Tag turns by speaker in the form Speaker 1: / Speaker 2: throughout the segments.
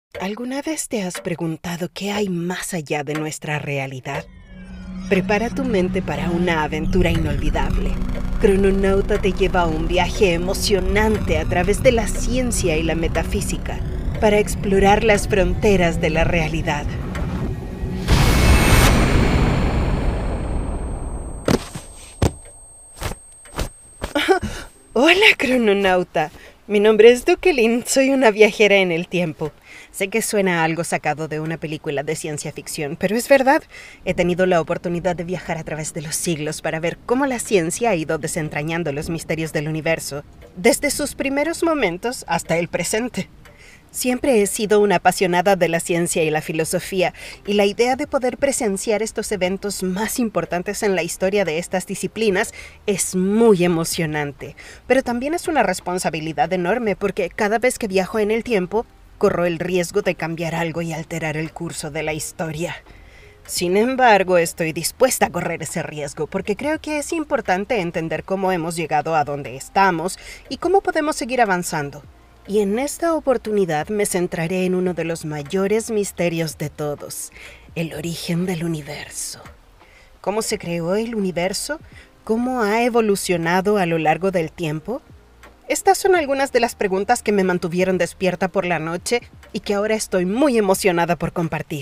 Speaker 1: ¿Alguna vez te has preguntado qué hay más allá de nuestra realidad? Prepara tu mente para una aventura inolvidable. Crononauta te lleva a un viaje emocionante a través de la ciencia y la metafísica para explorar las fronteras de la realidad. Hola, crononauta. Mi nombre es Dukelin, soy una viajera en el tiempo. Sé que suena algo sacado de una película de ciencia ficción, pero es verdad. He tenido la oportunidad de viajar a través de los siglos para ver cómo la ciencia ha ido desentrañando los misterios del universo, desde sus primeros momentos hasta el presente. Siempre he sido una apasionada de la ciencia y la filosofía, y la idea de poder presenciar estos eventos más importantes en la historia de estas disciplinas es muy emocionante. Pero también es una responsabilidad enorme porque cada vez que viajo en el tiempo, corro el riesgo de cambiar algo y alterar el curso de la historia. Sin embargo, estoy dispuesta a correr ese riesgo porque creo que es importante entender cómo hemos llegado a donde estamos y cómo podemos seguir avanzando. Y en esta oportunidad me centraré en uno de los mayores misterios de todos, el origen del universo. ¿Cómo se creó el universo? ¿Cómo ha evolucionado a lo largo del tiempo? Estas son algunas de las preguntas que me mantuvieron despierta por la noche y que ahora estoy muy emocionada por compartir.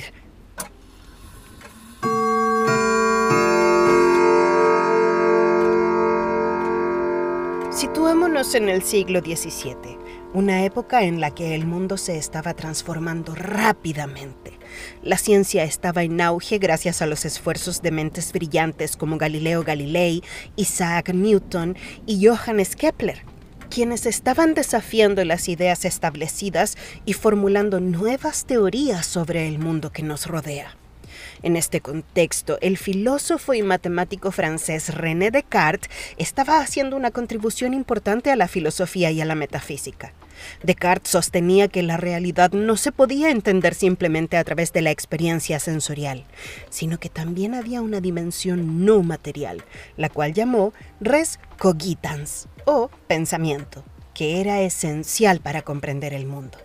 Speaker 1: Situémonos en el siglo XVII, una época en la que el mundo se estaba transformando rápidamente. La ciencia estaba en auge gracias a los esfuerzos de mentes brillantes como Galileo Galilei, Isaac Newton y Johannes Kepler, quienes estaban desafiando las ideas establecidas y formulando nuevas teorías sobre el mundo que nos rodea. En este contexto, el filósofo y matemático francés René Descartes estaba haciendo una contribución importante a la filosofía y a la metafísica. Descartes sostenía que la realidad no se podía entender simplemente a través de la experiencia sensorial, sino que también había una dimensión no material, la cual llamó res cogitans, o pensamiento, que era esencial para comprender el mundo.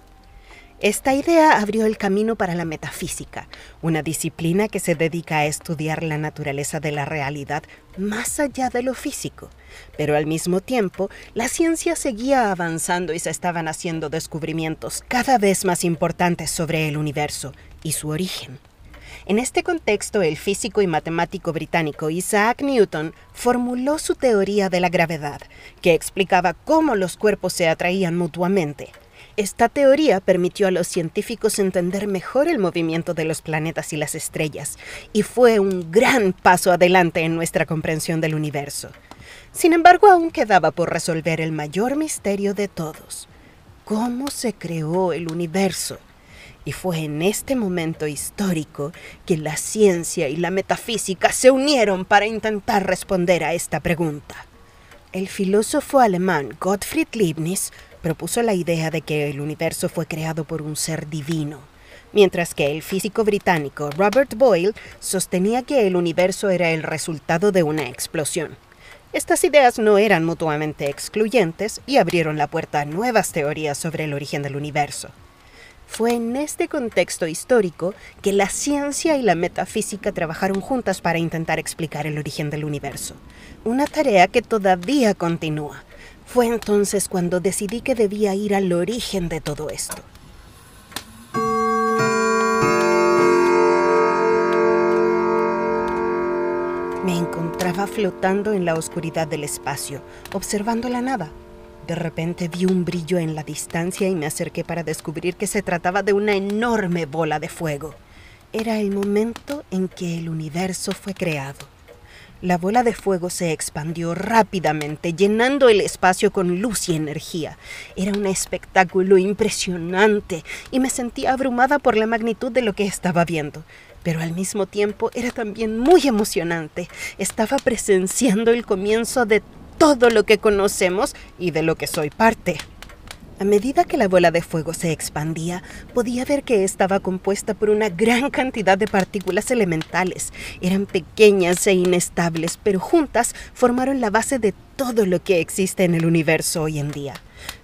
Speaker 1: Esta idea abrió el camino para la metafísica, una disciplina que se dedica a estudiar la naturaleza de la realidad más allá de lo físico. Pero al mismo tiempo, la ciencia seguía avanzando y se estaban haciendo descubrimientos cada vez más importantes sobre el universo y su origen. En este contexto, el físico y matemático británico Isaac Newton formuló su teoría de la gravedad, que explicaba cómo los cuerpos se atraían mutuamente. Esta teoría permitió a los científicos entender mejor el movimiento de los planetas y las estrellas, y fue un gran paso adelante en nuestra comprensión del universo. Sin embargo, aún quedaba por resolver el mayor misterio de todos: ¿cómo se creó el universo? Y fue en este momento histórico que la ciencia y la metafísica se unieron para intentar responder a esta pregunta. El filósofo alemán Gottfried Leibniz propuso la idea de que el universo fue creado por un ser divino, mientras que el físico británico Robert Boyle sostenía que el universo era el resultado de una explosión. Estas ideas no eran mutuamente excluyentes y abrieron la puerta a nuevas teorías sobre el origen del universo. Fue en este contexto histórico que la ciencia y la metafísica trabajaron juntas para intentar explicar el origen del universo, una tarea que todavía continúa. Fue entonces cuando decidí que debía ir al origen de todo esto. Me encontraba flotando en la oscuridad del espacio, observando la nada. De repente vi un brillo en la distancia y me acerqué para descubrir que se trataba de una enorme bola de fuego. Era el momento en que el universo fue creado. La bola de fuego se expandió rápidamente, llenando el espacio con luz y energía. Era un espectáculo impresionante y me sentía abrumada por la magnitud de lo que estaba viendo. Pero al mismo tiempo era también muy emocionante. Estaba presenciando el comienzo de todo lo que conocemos y de lo que soy parte. A medida que la bola de fuego se expandía, podía ver que estaba compuesta por una gran cantidad de partículas elementales. Eran pequeñas e inestables, pero juntas formaron la base de todo lo que existe en el universo hoy en día.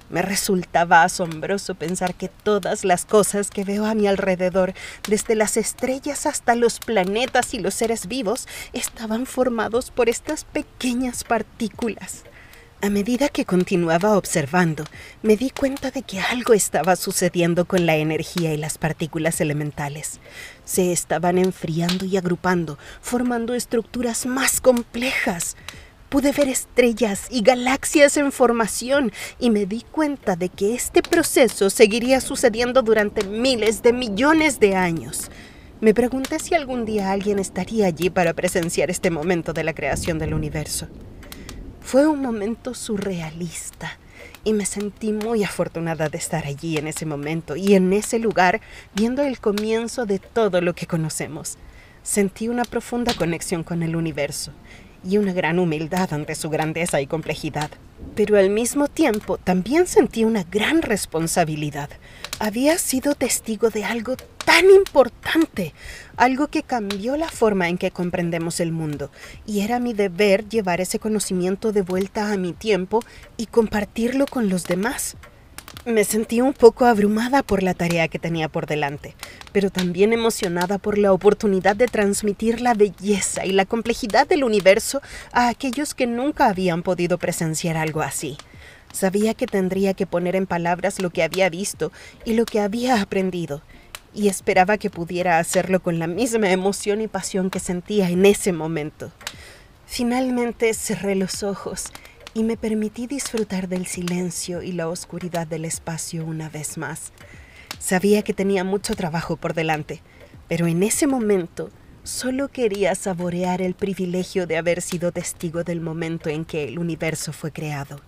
Speaker 1: Me resultaba asombroso pensar que todas las cosas que veo a mi alrededor, desde las estrellas hasta los planetas y los seres vivos, estaban formados por estas pequeñas partículas. A medida que continuaba observando, me di cuenta de que algo estaba sucediendo con la energía y las partículas elementales. Se estaban enfriando y agrupando, formando estructuras más complejas. Pude ver estrellas y galaxias en formación y me di cuenta de que este proceso seguiría sucediendo durante miles de millones de años. Me pregunté si algún día alguien estaría allí para presenciar este momento de la creación del universo. Fue un momento surrealista y me sentí muy afortunada de estar allí en ese momento y en ese lugar viendo el comienzo de todo lo que conocemos. Sentí una profunda conexión con el universo y una gran humildad ante su grandeza y complejidad. Pero al mismo tiempo también sentí una gran responsabilidad. Había sido testigo de algo tan importante, algo que cambió la forma en que comprendemos el mundo, y era mi deber llevar ese conocimiento de vuelta a mi tiempo y compartirlo con los demás. Me sentí un poco abrumada por la tarea que tenía por delante, pero también emocionada por la oportunidad de transmitir la belleza y la complejidad del universo a aquellos que nunca habían podido presenciar algo así. Sabía que tendría que poner en palabras lo que había visto y lo que había aprendido, y esperaba que pudiera hacerlo con la misma emoción y pasión que sentía en ese momento. Finalmente cerré los ojos y me permití disfrutar del silencio y la oscuridad del espacio una vez más. Sabía que tenía mucho trabajo por delante, pero en ese momento solo quería saborear el privilegio de haber sido testigo del momento en que el universo fue creado.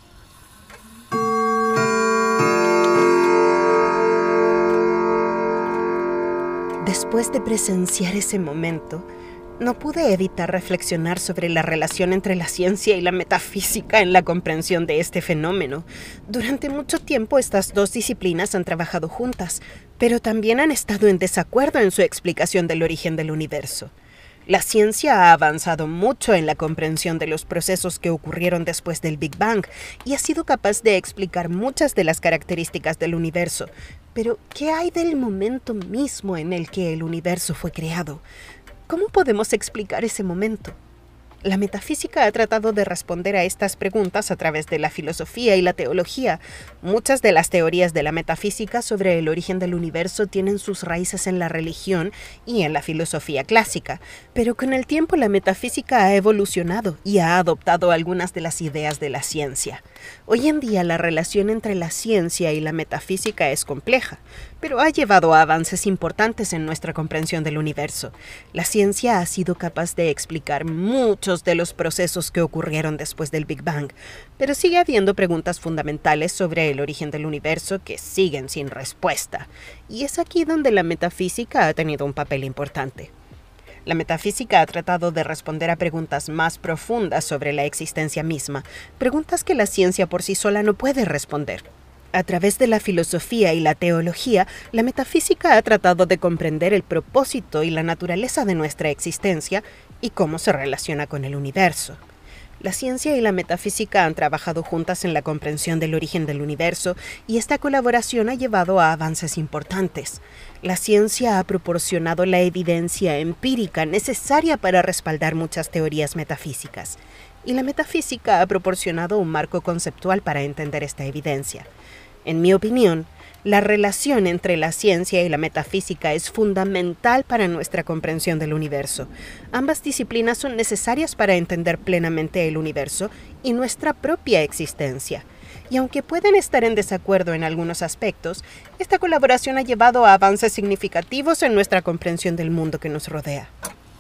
Speaker 1: Después de presenciar ese momento, no pude evitar reflexionar sobre la relación entre la ciencia y la metafísica en la comprensión de este fenómeno. Durante mucho tiempo estas dos disciplinas han trabajado juntas, pero también han estado en desacuerdo en su explicación del origen del universo. La ciencia ha avanzado mucho en la comprensión de los procesos que ocurrieron después del Big Bang y ha sido capaz de explicar muchas de las características del universo. Pero, ¿qué hay del momento mismo en el que el universo fue creado? ¿Cómo podemos explicar ese momento? La metafísica ha tratado de responder a estas preguntas a través de la filosofía y la teología. Muchas de las teorías de la metafísica sobre el origen del universo tienen sus raíces en la religión y en la filosofía clásica, pero con el tiempo la metafísica ha evolucionado y ha adoptado algunas de las ideas de la ciencia. Hoy en día la relación entre la ciencia y la metafísica es compleja, pero ha llevado a avances importantes en nuestra comprensión del universo. La ciencia ha sido capaz de explicar muchos de los procesos que ocurrieron después del Big Bang, pero sigue habiendo preguntas fundamentales sobre el origen del universo que siguen sin respuesta, y es aquí donde la metafísica ha tenido un papel importante. La metafísica ha tratado de responder a preguntas más profundas sobre la existencia misma, preguntas que la ciencia por sí sola no puede responder. A través de la filosofía y la teología, la metafísica ha tratado de comprender el propósito y la naturaleza de nuestra existencia y cómo se relaciona con el universo. La ciencia y la metafísica han trabajado juntas en la comprensión del origen del universo y esta colaboración ha llevado a avances importantes. La ciencia ha proporcionado la evidencia empírica necesaria para respaldar muchas teorías metafísicas, y la metafísica ha proporcionado un marco conceptual para entender esta evidencia. En mi opinión, la relación entre la ciencia y la metafísica es fundamental para nuestra comprensión del universo. Ambas disciplinas son necesarias para entender plenamente el universo y nuestra propia existencia. Y aunque pueden estar en desacuerdo en algunos aspectos, esta colaboración ha llevado a avances significativos en nuestra comprensión del mundo que nos rodea.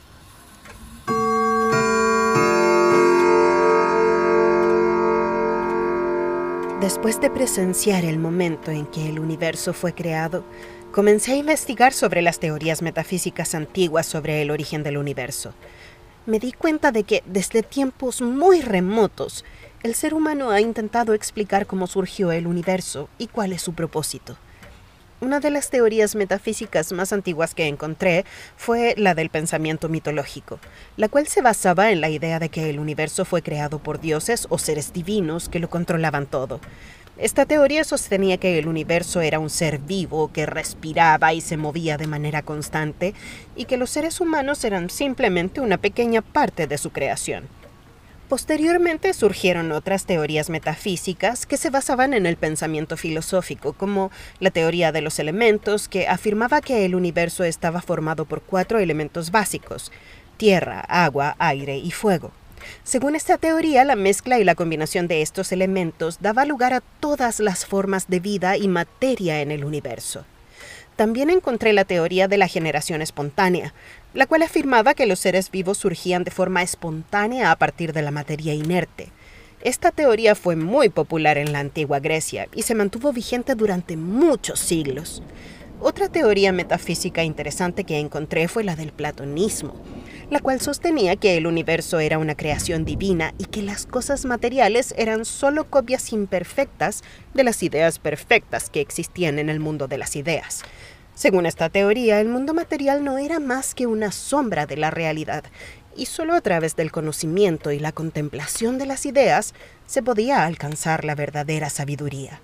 Speaker 1: Después de presenciar el momento en que el universo fue creado, comencé a investigar sobre las teorías metafísicas antiguas sobre el origen del universo. Me di cuenta de que, desde tiempos muy remotos, el ser humano ha intentado explicar cómo surgió el universo y cuál es su propósito. Una de las teorías metafísicas más antiguas que encontré fue la del pensamiento mitológico, la cual se basaba en la idea de que el universo fue creado por dioses o seres divinos que lo controlaban todo. Esta teoría sostenía que el universo era un ser vivo que respiraba y se movía de manera constante y que los seres humanos eran simplemente una pequeña parte de su creación. Posteriormente surgieron otras teorías metafísicas que se basaban en el pensamiento filosófico, como la teoría de los elementos, que afirmaba que el universo estaba formado por 4 elementos básicos: tierra, agua, aire y fuego. Según esta teoría, la mezcla y la combinación de estos elementos daba lugar a todas las formas de vida y materia en el universo. También encontré la teoría de la generación espontánea, la cual afirmaba que los seres vivos surgían de forma espontánea a partir de la materia inerte. Esta teoría fue muy popular en la antigua Grecia y se mantuvo vigente durante muchos siglos. Otra teoría metafísica interesante que encontré fue la del platonismo, la cual sostenía que el universo era una creación divina y que las cosas materiales eran solo copias imperfectas de las ideas perfectas que existían en el mundo de las ideas. Según esta teoría, el mundo material no era más que una sombra de la realidad, y solo a través del conocimiento y la contemplación de las ideas se podía alcanzar la verdadera sabiduría.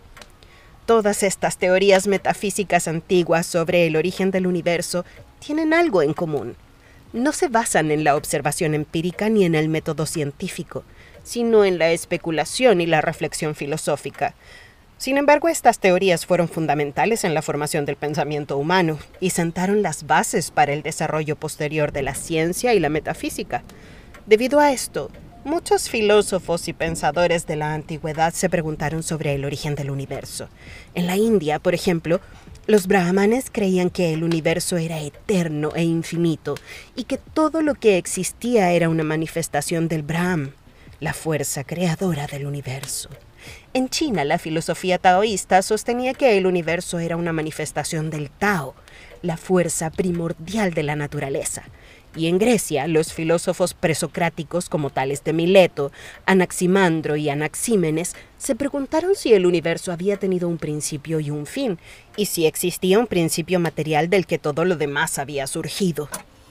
Speaker 1: Todas estas teorías metafísicas antiguas sobre el origen del universo tienen algo en común. No se basan en la observación empírica ni en el método científico, sino en la especulación y la reflexión filosófica. Sin embargo, estas teorías fueron fundamentales en la formación del pensamiento humano y sentaron las bases para el desarrollo posterior de la ciencia y la metafísica. Debido a esto, muchos filósofos y pensadores de la antigüedad se preguntaron sobre el origen del universo. En la India, por ejemplo, los brahmanes creían que el universo era eterno e infinito y que todo lo que existía era una manifestación del Brahm, la fuerza creadora del universo. En China, la filosofía taoísta sostenía que el universo era una manifestación del Tao, la fuerza primordial de la naturaleza. Y en Grecia, los filósofos presocráticos como tales de Mileto, Anaximandro y Anaxímenes se preguntaron si el universo había tenido un principio y un fin, y si existía un principio material del que todo lo demás había surgido.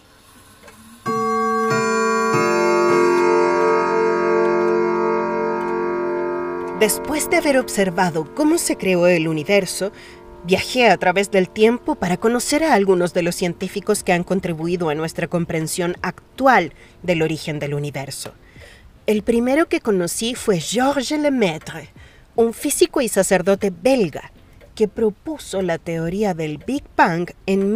Speaker 1: Después de haber observado cómo se creó el universo, viajé a través del tiempo para conocer a algunos de los científicos que han contribuido a nuestra comprensión actual del origen del universo. El primero que conocí fue Georges Lemaitre, un físico y sacerdote belga, que propuso la teoría del Big Bang en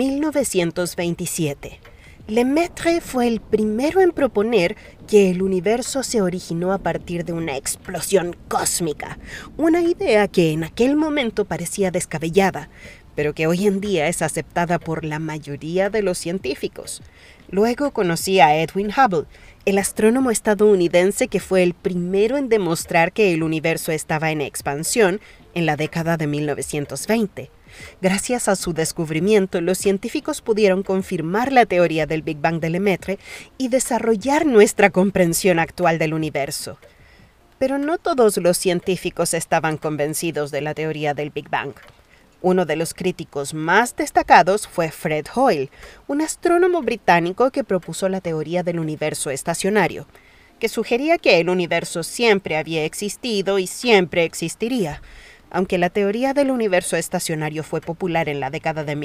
Speaker 1: 1927. Lemaitre fue el primero en proponer que el universo se originó a partir de una explosión cósmica, una idea que en aquel momento parecía descabellada, pero que hoy en día es aceptada por la mayoría de los científicos. Luego conocí a Edwin Hubble, el astrónomo estadounidense que fue el primero en demostrar que el universo estaba en expansión en la década de 1920. Gracias a su descubrimiento, los científicos pudieron confirmar la teoría del Big Bang de Lemaitre y desarrollar nuestra comprensión actual del universo. Pero no todos los científicos estaban convencidos de la teoría del Big Bang. Uno de los críticos más destacados fue Fred Hoyle, un astrónomo británico que propuso la teoría del universo estacionario, que sugería que el universo siempre había existido y siempre existiría. Aunque la teoría del universo estacionario fue popular en la década de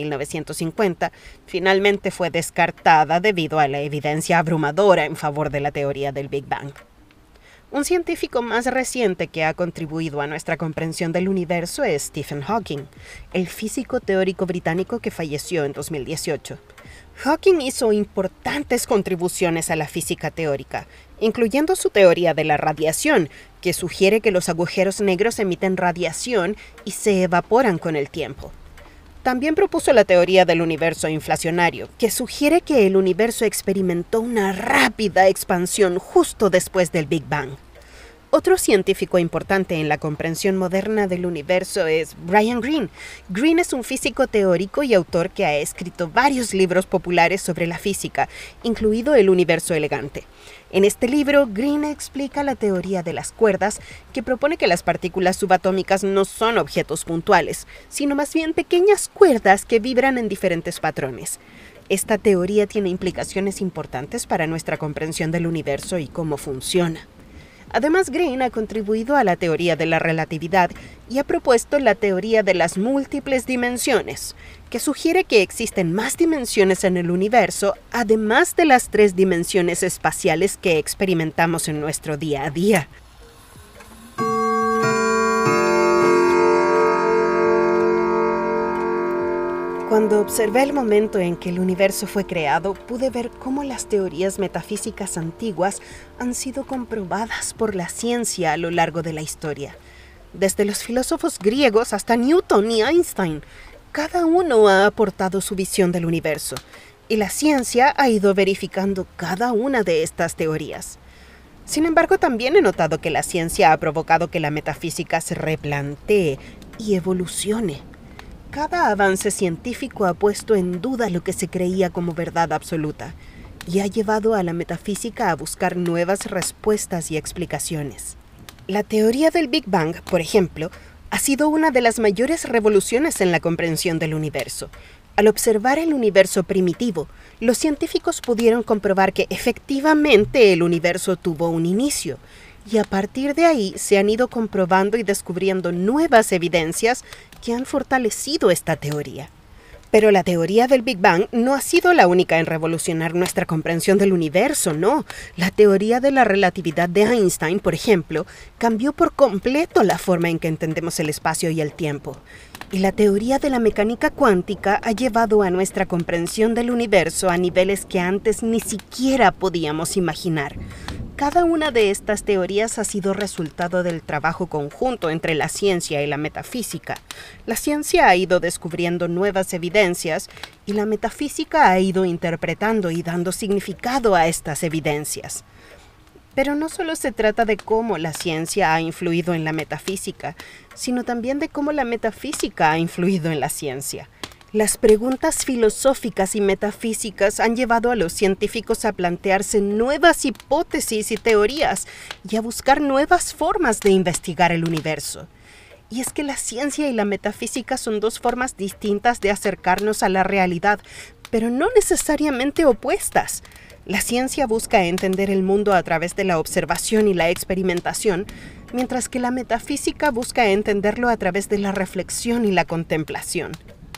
Speaker 1: 1950, finalmente fue descartada debido a la evidencia abrumadora en favor de la teoría del Big Bang. Un científico más reciente que ha contribuido a nuestra comprensión del universo es Stephen Hawking, el físico teórico británico que falleció en 2018. Hawking hizo importantes contribuciones a la física teórica, incluyendo su teoría de la radiación, que sugiere que los agujeros negros emiten radiación y se evaporan con el tiempo. También propuso la teoría del universo inflacionario, que sugiere que el universo experimentó una rápida expansión justo después del Big Bang. Otro científico importante en la comprensión moderna del universo es Brian Greene. Greene es un físico teórico y autor que ha escrito varios libros populares sobre la física, incluido El universo elegante. En este libro, Greene explica la teoría de las cuerdas, que propone que las partículas subatómicas no son objetos puntuales, sino más bien pequeñas cuerdas que vibran en diferentes patrones. Esta teoría tiene implicaciones importantes para nuestra comprensión del universo y cómo funciona. Además, Green ha contribuido a la teoría de la relatividad y ha propuesto la teoría de las múltiples dimensiones, que sugiere que existen más dimensiones en el universo, además de las 3 dimensiones espaciales que experimentamos en nuestro día a día. Cuando observé el momento en que el universo fue creado, pude ver cómo las teorías metafísicas antiguas han sido comprobadas por la ciencia a lo largo de la historia. Desde los filósofos griegos hasta Newton y Einstein, cada uno ha aportado su visión del universo, y la ciencia ha ido verificando cada una de estas teorías. Sin embargo, también he notado que la ciencia ha provocado que la metafísica se replantee y evolucione. Cada avance científico ha puesto en duda lo que se creía como verdad absoluta y ha llevado a la metafísica a buscar nuevas respuestas y explicaciones. La teoría del Big Bang, por ejemplo, ha sido una de las mayores revoluciones en la comprensión del universo. Al observar el universo primitivo, los científicos pudieron comprobar que efectivamente el universo tuvo un inicio, y a partir de ahí se han ido comprobando y descubriendo nuevas evidencias que han fortalecido esta teoría. Pero la teoría del Big Bang no ha sido la única en revolucionar nuestra comprensión del universo, no. La teoría de la relatividad de Einstein, por ejemplo, cambió por completo la forma en que entendemos el espacio y el tiempo. Y la teoría de la mecánica cuántica ha llevado a nuestra comprensión del universo a niveles que antes ni siquiera podíamos imaginar. Cada una de estas teorías ha sido resultado del trabajo conjunto entre la ciencia y la metafísica. La ciencia ha ido descubriendo nuevas evidencias y la metafísica ha ido interpretando y dando significado a estas evidencias. Pero no solo se trata de cómo la ciencia ha influido en la metafísica, sino también de cómo la metafísica ha influido en la ciencia. Las preguntas filosóficas y metafísicas han llevado a los científicos a plantearse nuevas hipótesis y teorías y a buscar nuevas formas de investigar el universo. Y es que la ciencia y la metafísica son 2 formas distintas de acercarnos a la realidad, pero no necesariamente opuestas. La ciencia busca entender el mundo a través de la observación y la experimentación, mientras que la metafísica busca entenderlo a través de la reflexión y la contemplación.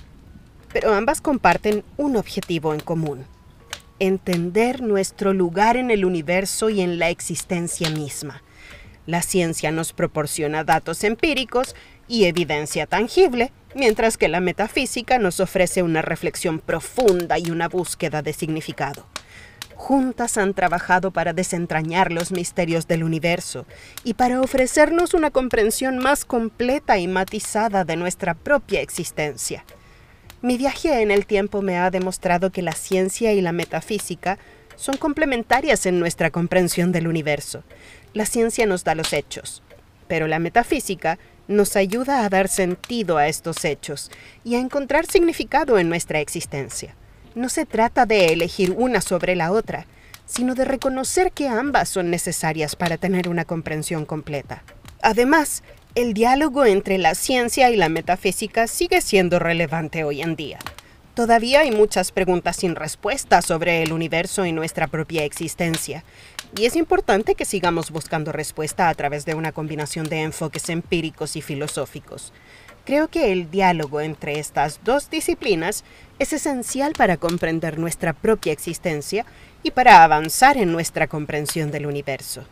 Speaker 1: Pero ambas comparten un objetivo en común: entender nuestro lugar en el universo y en la existencia misma. La ciencia nos proporciona datos empíricos y evidencia tangible, mientras que la metafísica nos ofrece una reflexión profunda y una búsqueda de significado. Juntas han trabajado para desentrañar los misterios del universo y para ofrecernos una comprensión más completa y matizada de nuestra propia existencia. Mi viaje en el tiempo me ha demostrado que la ciencia y la metafísica son complementarias en nuestra comprensión del universo. La ciencia nos da los hechos, pero la metafísica nos ayuda a dar sentido a estos hechos y a encontrar significado en nuestra existencia. No se trata de elegir una sobre la otra, sino de reconocer que ambas son necesarias para tener una comprensión completa. Además, el diálogo entre la ciencia y la metafísica sigue siendo relevante hoy en día. Todavía hay muchas preguntas sin respuesta sobre el universo y nuestra propia existencia, y es importante que sigamos buscando respuesta a través de una combinación de enfoques empíricos y filosóficos. Creo que el diálogo entre estas 2 disciplinas es esencial para comprender nuestra propia existencia y para avanzar en nuestra comprensión del universo.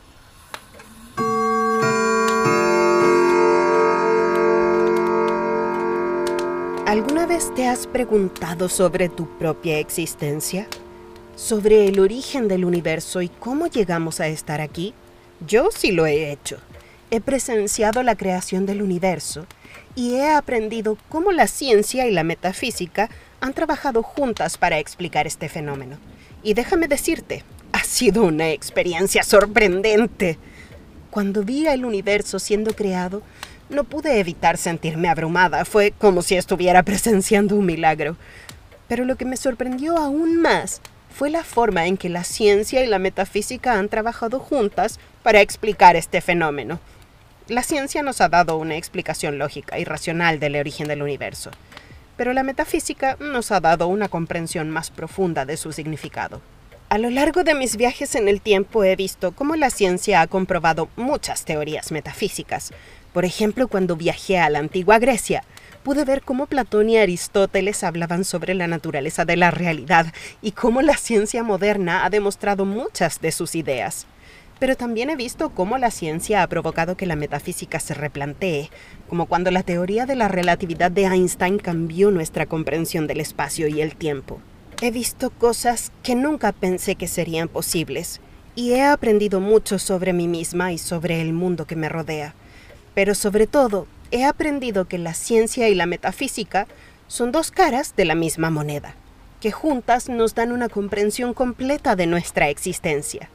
Speaker 1: ¿Alguna vez te has preguntado sobre tu propia existencia? ¿Sobre el origen del universo y cómo llegamos a estar aquí? Yo sí lo he hecho. He presenciado la creación del universo y he aprendido cómo la ciencia y la metafísica han trabajado juntas para explicar este fenómeno. Y déjame decirte, ha sido una experiencia sorprendente. Cuando vi el universo siendo creado, no pude evitar sentirme abrumada. Fue como si estuviera presenciando un milagro. Pero lo que me sorprendió aún más fue la forma en que la ciencia y la metafísica han trabajado juntas para explicar este fenómeno. La ciencia nos ha dado una explicación lógica y racional del origen del universo, pero la metafísica nos ha dado una comprensión más profunda de su significado. A lo largo de mis viajes en el tiempo he visto cómo la ciencia ha comprobado muchas teorías metafísicas. Por ejemplo, cuando viajé a la antigua Grecia, pude ver cómo Platón y Aristóteles hablaban sobre la naturaleza de la realidad y cómo la ciencia moderna ha demostrado muchas de sus ideas. Pero también he visto cómo la ciencia ha provocado que la metafísica se replantee, como cuando la teoría de la relatividad de Einstein cambió nuestra comprensión del espacio y el tiempo. He visto cosas que nunca pensé que serían posibles, y he aprendido mucho sobre mí misma y sobre el mundo que me rodea. Pero sobre todo, he aprendido que la ciencia y la metafísica son dos caras de la misma moneda, que juntas nos dan una comprensión completa de nuestra existencia.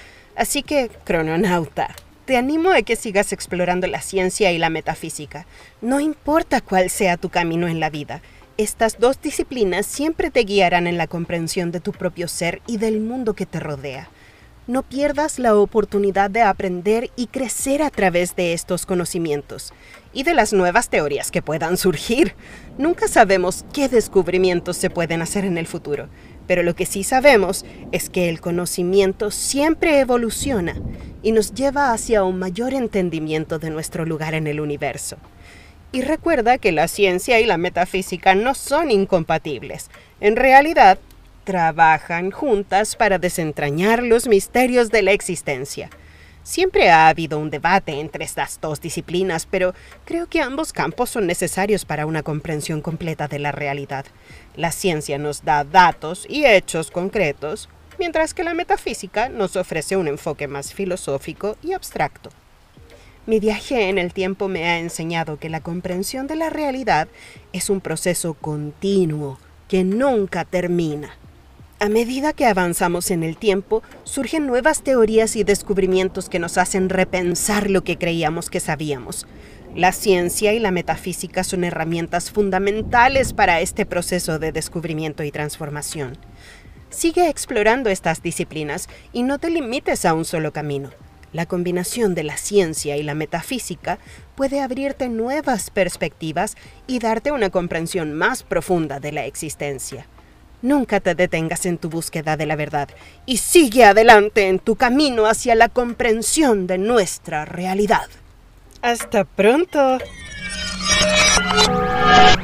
Speaker 1: Así que, crononauta, te animo a que sigas explorando la ciencia y la metafísica. No importa cuál sea tu camino en la vida, estas dos disciplinas siempre te guiarán en la comprensión de tu propio ser y del mundo que te rodea. No pierdas la oportunidad de aprender y crecer a través de estos conocimientos y de las nuevas teorías que puedan surgir. Nunca sabemos qué descubrimientos se pueden hacer en el futuro, pero lo que sí sabemos es que el conocimiento siempre evoluciona y nos lleva hacia un mayor entendimiento de nuestro lugar en el universo. Y recuerda que la ciencia y la metafísica no son incompatibles. En realidad, trabajan juntas para desentrañar los misterios de la existencia. Siempre ha habido un debate entre estas dos disciplinas, pero creo que ambos campos son necesarios para una comprensión completa de la realidad. La ciencia nos da datos y hechos concretos, mientras que la metafísica nos ofrece un enfoque más filosófico y abstracto. Mi viaje en el tiempo me ha enseñado que la comprensión de la realidad es un proceso continuo que nunca termina. A medida que avanzamos en el tiempo, surgen nuevas teorías y descubrimientos que nos hacen repensar lo que creíamos que sabíamos. La ciencia y la metafísica son herramientas fundamentales para este proceso de descubrimiento y transformación. Sigue explorando estas disciplinas y no te limites a un solo camino. La combinación de la ciencia y la metafísica puede abrirte nuevas perspectivas y darte una comprensión más profunda de la existencia. Nunca te detengas en tu búsqueda de la verdad y sigue adelante en tu camino hacia la comprensión de nuestra realidad. ¡Hasta pronto!